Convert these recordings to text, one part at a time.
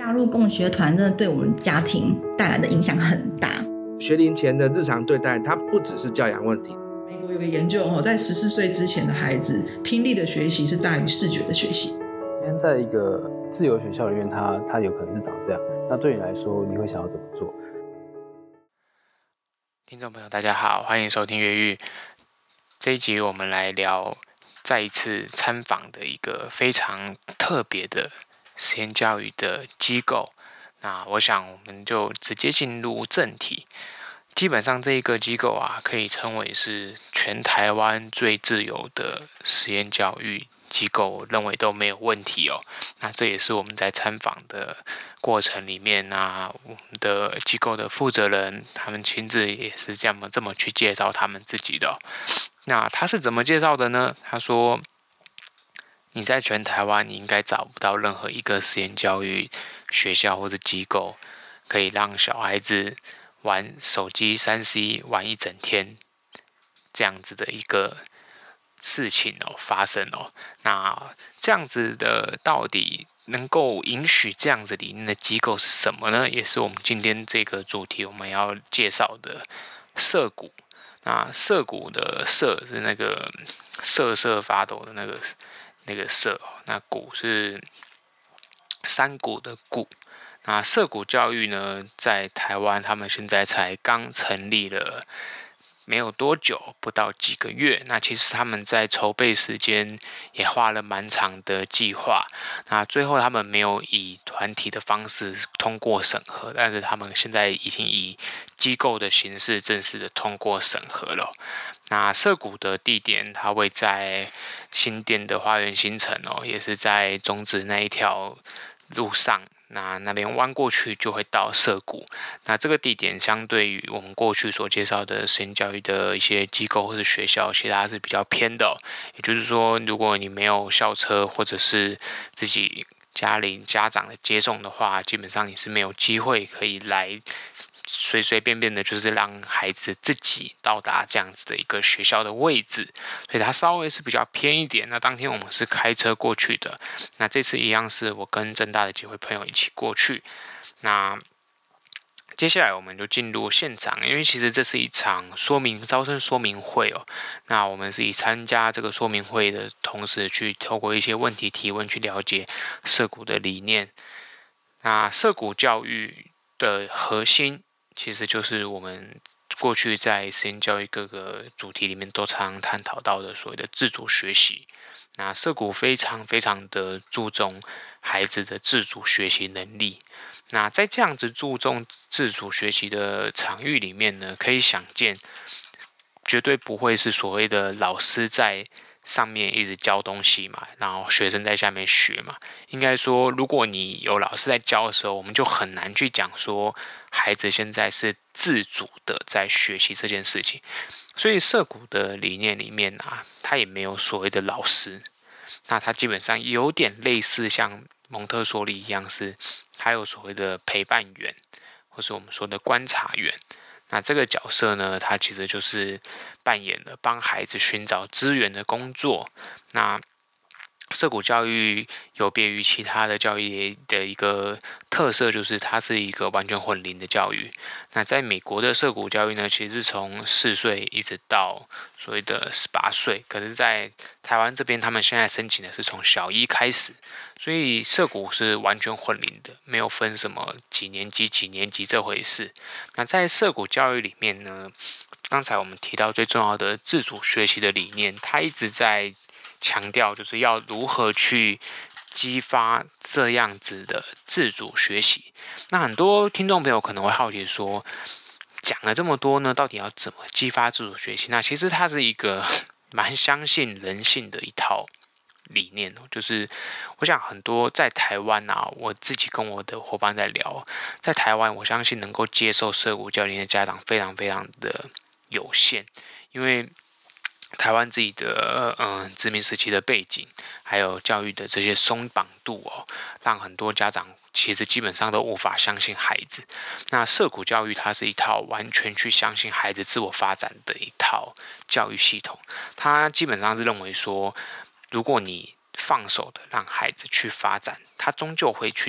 加入共学团真的对我们家庭带来的影响很大。 学龄前的日常对待，它不只是教养问题。 美国有个研究，在14岁之前的孩子，听力的学习是大于视觉的学习。 今天在一个自由学校里面，它有可能是长这样，那对你来说，你会想要怎么做？ 听众朋友大家好，欢迎收听越狱。这一集我们来聊再一次参访的一个非常特别的实验教育的机构。那我想我们就直接进入正题。基本上这一个机构啊，可以称为是全台湾最自由的实验教育机构，我认为都没有问题哦。那这也是我们在参访的过程里面啊，我们的机构的负责人他们亲自也是这么去介绍他们自己的哦。那他是怎么介绍的呢？他说，你在全台湾你应该找不到任何一个实验教育学校或者机构可以让小孩子玩手机3C 玩一整天这样子的一个事情发生哦。那这样子的到底能够允许这样子理念的机构是什么呢？也是我们今天这个主题我们要介绍的社谷。那社谷的社是那个瑟瑟发抖的那个社，那谷是山谷的谷。那社谷教育呢，在台湾他们现在才刚成立了没有多久，不到几个月。那其实他们在筹备时间也花了蛮长的计划。那最后他们没有以团体的方式通过审核，但是他们现在已经以机构的形式正式的通过审核了。那社谷的地点，它位在新店的花园新城也是在中职那一条路上。那边弯过去就会到社谷。那这个地点相对于我们过去所介绍的实验教育的一些机构或者学校，其实它是比较偏的也就是说，如果你没有校车或者是自己家里家长的接送的话，基本上你是没有机会可以来随随便便的就是让孩子自己到达这样子的一个学校的位置，所以它稍微是比较偏一点。那当天我们是开车过去的，那这次一样是我跟政大的几位朋友一起过去。那接下来我们就进入现场，因为其实这是一场招生说明会那我们是以参加这个说明会的同时，去透过一些问题提问，去了解社谷的理念。那社谷教育的核心，其实就是我们过去在实验教育各个主题里面都常探讨到的所谓的自主学习。那社谷非常非常的注重孩子的自主学习能力。那在这样子注重自主学习的场域里面呢，可以想见，绝对不会是所谓的老师在上面一直教东西嘛，然后学生在下面学嘛。应该说，如果你有老师在教的时候，我们就很难去讲说孩子现在是自主的在学习这件事情。所以社谷的理念里面啊，它也没有所谓的老师，那它基本上有点类似像蒙特梭利一样，是它有所谓的陪伴员，或是我们说的观察员。那这个角色呢，它其实就是扮演了帮孩子寻找资源的工作。那社谷教育有别于其他的教育的一个特色，就是它是一个完全混龄的教育。那在美国的社谷教育呢，其实是从4岁一直到所谓的18岁，可是在台湾这边，他们现在申请的是从小一开始，所以社谷是完全混龄的，没有分什么几年级这回事。那在社谷教育里面呢，刚才我们提到最重要的自主学习的理念，它一直在强调就是要如何去激发这样子的自主学习。那很多听众朋友可能会好奇说，讲了这么多呢，到底要怎么激发自主学习？那其实它是一个蛮相信人性的一套理念就是我想很多在台湾啊，我自己跟我的伙伴在聊，在台湾我相信能够接受社谷教练的家长非常非常的有限，因为台湾自己的殖民时期的背景，还有教育的这些松绑度让很多家长其实基本上都无法相信孩子。那社谷教育它是一套完全去相信孩子自我发展的一套教育系统，它基本上是认为说，如果你放手的让孩子去发展，他终究会去培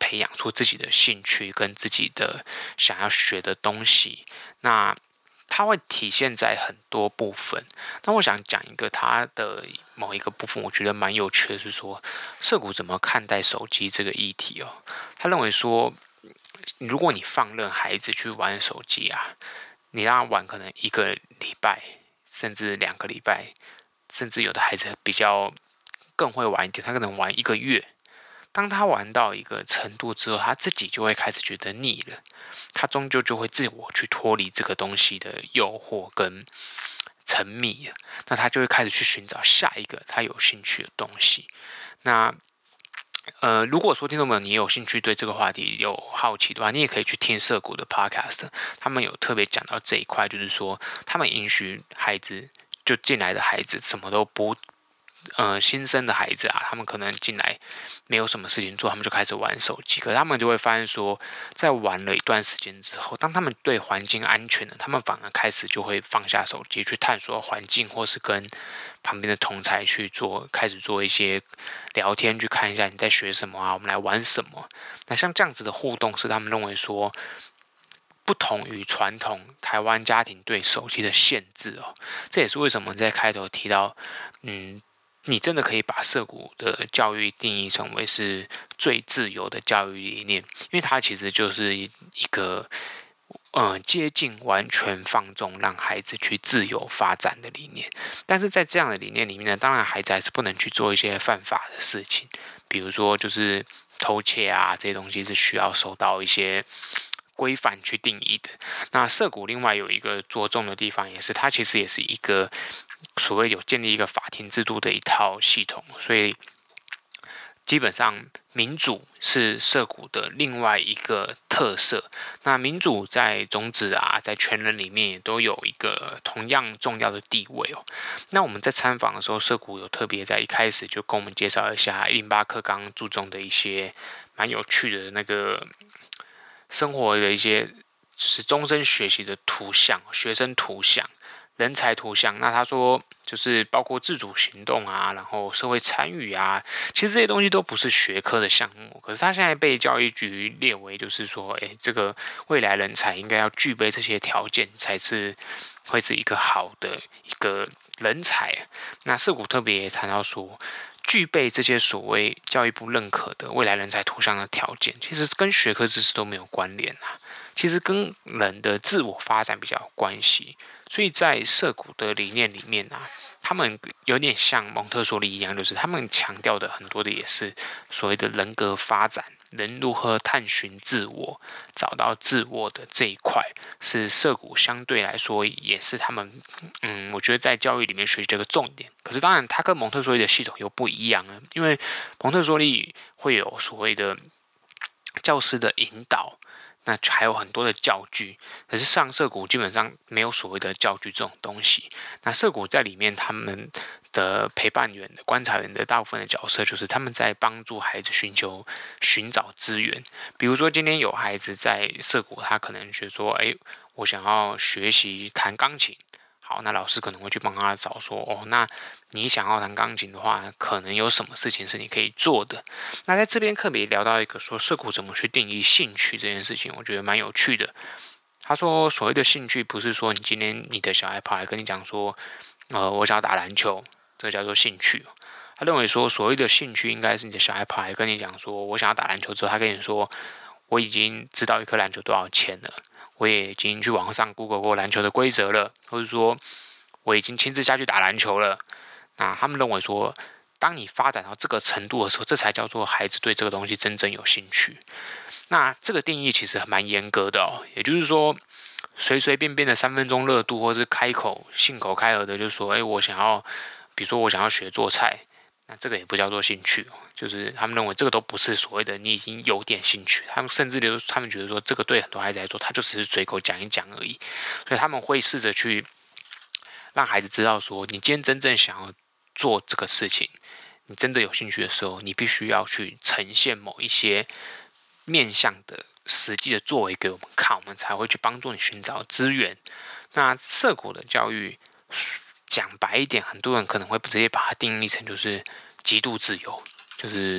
培养出自己的兴趣跟自己的想要学的东西。那它会体现在很多部分。那我想讲一个它的某一个部分，我觉得蛮有趣的，是说涉谷怎么看待手机这个议题哦。他认为说，如果你放任孩子去玩手机啊，你让他玩可能1个礼拜，甚至2个礼拜，甚至有的孩子比较更会玩一点，他可能玩1个月。当他玩到一个程度之后，他自己就会开始觉得腻了，他终究就会自我去脱离这个东西的诱惑跟沉迷了，那他就会开始去寻找下一个他有兴趣的东西。那如果说听众朋友你有兴趣对这个话题有好奇的话，你也可以去听涉谷的 podcast， 他们有特别讲到这一块，就是说他们允许孩子就进来的孩子什么都不新生的孩子啊，他们可能进来没有什么事情做，他们就开始玩手机。可是他们就会发现说，在玩了一段时间之后，当他们对环境安全了，他们反而开始就会放下手机，去探索环境，或是跟旁边的同侪去开始做一些聊天，去看一下你在学什么啊，我们来玩什么。那像这样子的互动，是他们认为说，不同于传统台湾家庭对手机的限制哦。这也是为什么在开头提到，你真的可以把涉谷的教育定义成为是最自由的教育理念，因为它其实就是一个接近完全放纵让孩子去自由发展的理念。但是在这样的理念里面呢，当然孩子还是不能去做一些犯法的事情，比如说就是偷窃啊，这些东西是需要受到一些规范去定义的。那涉谷另外有一个着重的地方，也是它其实也是一个所谓有建立一个法庭制度的一套系统，所以基本上民主是涉谷的另外一个特色。那民主在种子啊，在全人里面也都有一个同样重要的地位哦。那我们在参访的时候，涉谷有特别在一开始就跟我们介绍一下108课纲注重的一些蛮有趣的那个生活的一些就是终身学习的图像、学生图像、人才图像。那他说就是包括自主行动啊，然后社会参与啊，其实这些东西都不是学科的项目，可是他现在被教育局列为就是说，这个未来人才应该要具备这些条件，才是会是一个好的一个人才。那涉谷特别也谈到说，具备这些所谓教育部认可的未来人才图像的条件，其实跟学科知识都没有关联啊，其实跟人的自我发展比较有关系。所以在涉谷的理念里面啊，他们有点像蒙特梭利一样，就是他们强调的很多的也是所谓的人格发展，人如何探寻自我，找到自我的这一块，是涉谷相对来说也是他们我觉得在教育里面学习这个重点。可是当然，它跟蒙特梭利的系统又不一样了，因为蒙特梭利会有所谓的教师的引导。那还有很多的教具，可是上涉谷基本上没有所谓的教具这种东西。那涉谷在里面，他们的陪伴员的观察员的大部分的角色，就是他们在帮助孩子寻找资源。比如说今天有孩子在涉谷，他可能觉得说，我想要学习弹钢琴。好，那老师可能会去帮他找说，那你想要弹钢琴的话，可能有什么事情是你可以做的。那在这边特别聊到一个说涉谷怎么去定义兴趣这件事情，我觉得蛮有趣的。他说所谓的兴趣，不是说你今天你的小孩跑来跟你讲说，我想要打篮球，这个叫做兴趣。他认为说所谓的兴趣，应该是你的小孩跑来跟你讲说，我想要打篮球之后，他跟你说，我已经知道一颗篮球多少钱了。我也已经去网上 Google 过篮球的规则了，或者说我已经亲自下去打篮球了。那他们认为说，当你发展到这个程度的时候，这才叫做孩子对这个东西真正有兴趣。那这个定义其实蛮严格的哦，也就是说，随随便便的3分钟热度，或是信口开河的，就是说，比如说我想要学做菜。那这个也不叫做兴趣，就是他们认为这个都不是所谓的你已经有点兴趣，他们甚至他们觉得说这个对很多孩子来说，他就只是随口讲一讲而已，所以他们会试着去让孩子知道说，你今天真正想要做这个事情，你真的有兴趣的时候，你必须要去呈现某一些面向的实际的作为给我们看，我们才会去帮助你寻找资源。那涉谷的教育，讲白一点，很多人可能会直接把它定义成就是极度自由，就是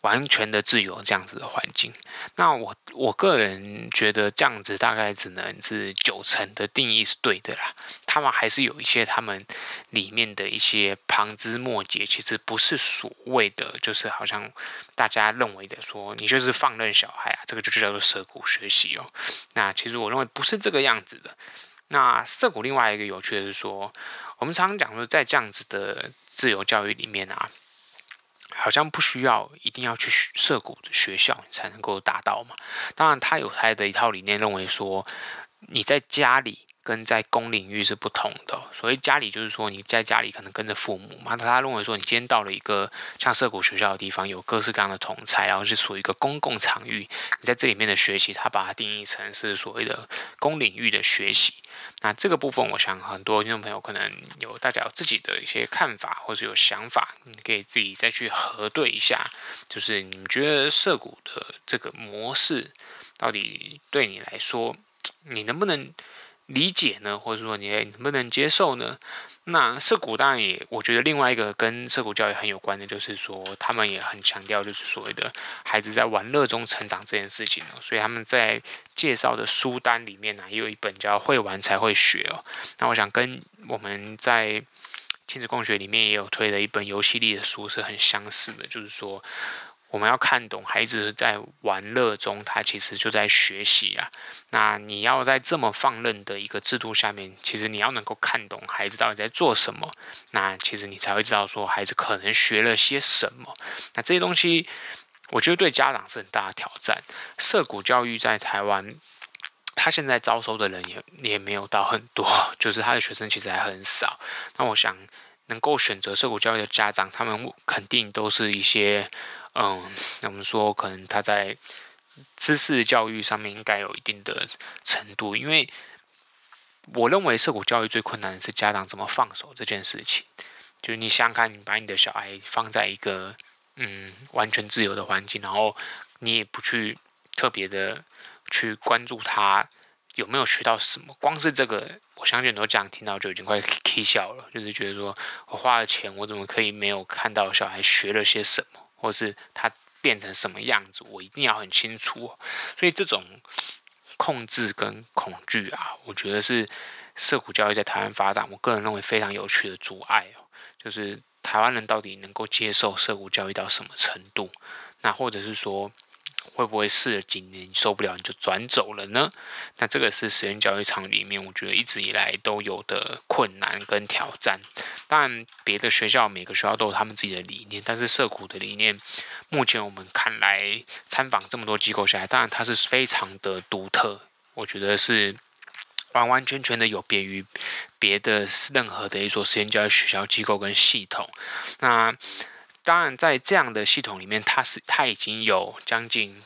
完全的自由这样子的环境。那我个人觉得这样子大概只能是90%的定义是对的啦。他们还是有一些他们里面的一些旁枝末节，其实不是所谓的就是好像大家认为的说你就是放任小孩啊，这个就叫做涉谷学习哦。那其实我认为不是这个样子的。那涉谷另外一个有趣的是说，我们常常讲说在这样子的自由教育里面啊，好像不需要一定要去涉谷的学校才能够达到嘛。当然他有他的一套理念，认为说你在家里跟在公领域是不同的。所谓家里就是说你在家里可能跟着父母嘛，他认为说你今天到了一个像涉谷学校的地方，有各式各样的同侪，然后是属于一个公共场域，你在这里面的学习，他把它定义成是所谓的公领域的学习。那这个部分我想很多听众朋友可能大家有自己的一些看法或者有想法，你可以自己再去核对一下，就是你们觉得涉谷的这个模式到底对你来说你能不能理解呢？或者说你能不能接受呢？那涉谷当然也，我觉得另外一个跟涉谷教育很有关的，就是说他们也很强调，就是所谓的孩子在玩乐中成长这件事情哦。所以他们在介绍的书单里面呢，也有一本叫《会玩才会学》哦。那我想跟我们在亲子共学里面也有推的一本游戏力的书是很相似的，就是说我们要看懂孩子在玩乐中，他其实就在学习啊。那你要在这么放任的一个制度下面，其实你要能够看懂孩子到底在做什么，那其实你才会知道说孩子可能学了些什么。那这些东西，我觉得对家长是很大的挑战。涉谷教育在台湾，他现在招收的人也没有到很多，就是他的学生其实还很少。那我想能够选择涉谷教育的家长，他们肯定都是一些我们说可能他在知识教育上面应该有一定的程度，因为我认为涉谷教育最困难的是家长怎么放手这件事情。就是你想想看，你把你的小孩放在一个完全自由的环境，然后你也不去特别的去关注他有没有学到什么，光是这个，我相信很多家长听到就已经快气笑了，就是觉得说我花了钱，我怎么可以没有看到小孩学了些什么，或是他变成什么样子，我一定要很清楚哦。所以这种控制跟恐惧啊，我觉得是涉谷教育在台湾发展，我个人认为非常有趣的阻碍哦。就是台湾人到底能够接受涉谷教育到什么程度？那或者是说，会不会试了几年受不了你就转走了呢？那这个是实验教育场里面我觉得一直以来都有的困难跟挑战。当然别的学校每个学校都有他们自己的理念，但是涉谷的理念目前我们看来参访这么多机构下来，当然它是非常的独特，我觉得是完完全全的有别于别的任何的一所实验教育学校机构跟系统。那当然在这样的系统里面，它已经有将近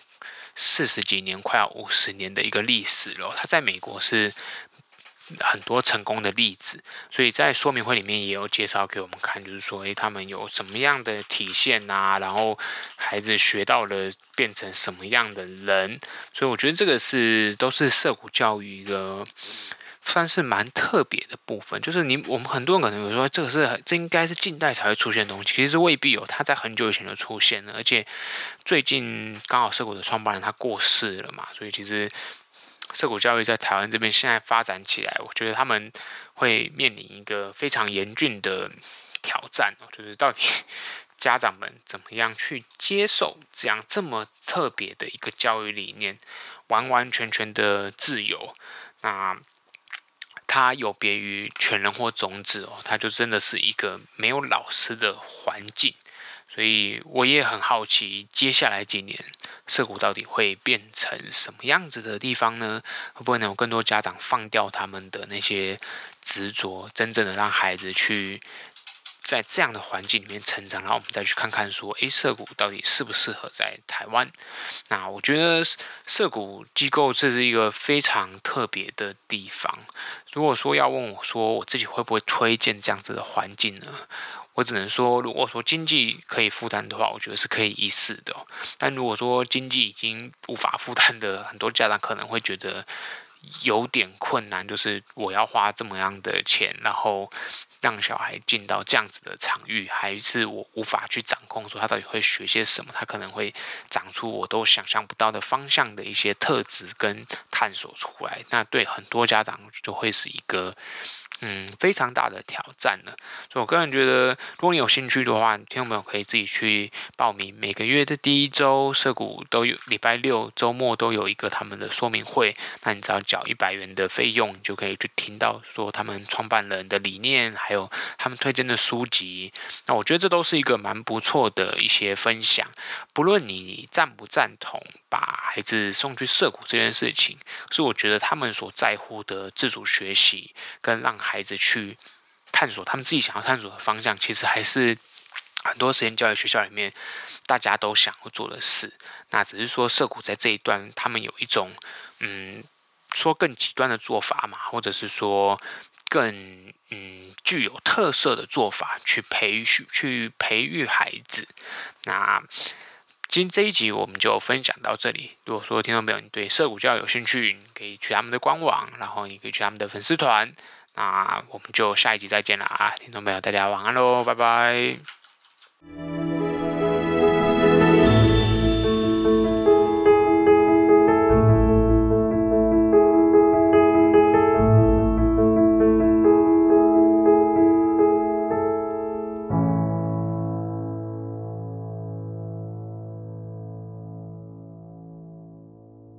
40几年快要50年的一个历史了。它在美国是很多成功的例子，所以在说明会里面也有介绍给我们看，就是说他们有什么样的体现啊，然后孩子学到了变成什么样的人。所以我觉得这个都是涉谷教育一个算是蛮特别的部分，就是我们很多人可能有说这应该是近代才会出现的东西，其实未必有，它在很久以前就出现了，而且最近刚好涉谷的创办人他过世了嘛，所以其实涉谷教育在台湾这边现在发展起来，我觉得他们会面临一个非常严峻的挑战，就是到底家长们怎么样去接受这么特别的一个教育理念，完完全全的自由。那它有别于全人或种子它就真的是一个没有老师的环境。所以我也很好奇，接下来几年涉谷到底会变成什么样子的地方呢？会不会能有更多家长放掉他们的那些执着，真正的让孩子去在这样的环境里面成长，然后我们再去看看说，涉谷到底适不适合在台湾？那我觉得涉谷机构这是一个非常特别的地方。如果说要问我说我自己会不会推荐这样子的环境呢？我只能说，如果说经济可以负担的话，我觉得是可以一试的但如果说经济已经无法负担的，很多家长可能会觉得有点困难，就是我要花这么样的钱，然后让小孩进到这样子的场域，还是我无法去掌控说他到底会学些什么，他可能会长出我都想象不到的方向的一些特质跟探索出来，那对很多家长就会是一个非常大的挑战了。所以我个人觉得，如果你有兴趣的话，听众朋友可以自己去报名。每个月的第一周，社谷都有礼拜六周末都有一个他们的说明会。那你只要缴100元的费用，你就可以去听到说他们创办人的理念，还有他们推荐的书籍。那我觉得这都是一个蛮不错的一些分享。不论你赞不赞同把孩子送去社谷这件事情，可是我觉得他们所在乎的自主学习跟让孩子去探索他们自己想要探索的方向，其实还是很多实验教育学校里面大家都想要做的事。那只是说社谷在这一段，他们有一种说更极端的做法嘛，或者是说更具有特色的做法去培育孩子。那今天这一集我们就分享到这里。如果说听众朋友你对社谷教育有兴趣，你可以去他们的官网，然后你可以去他们的粉丝团。那我们就下一集再见啦，听众朋友大家晚安喽，拜拜。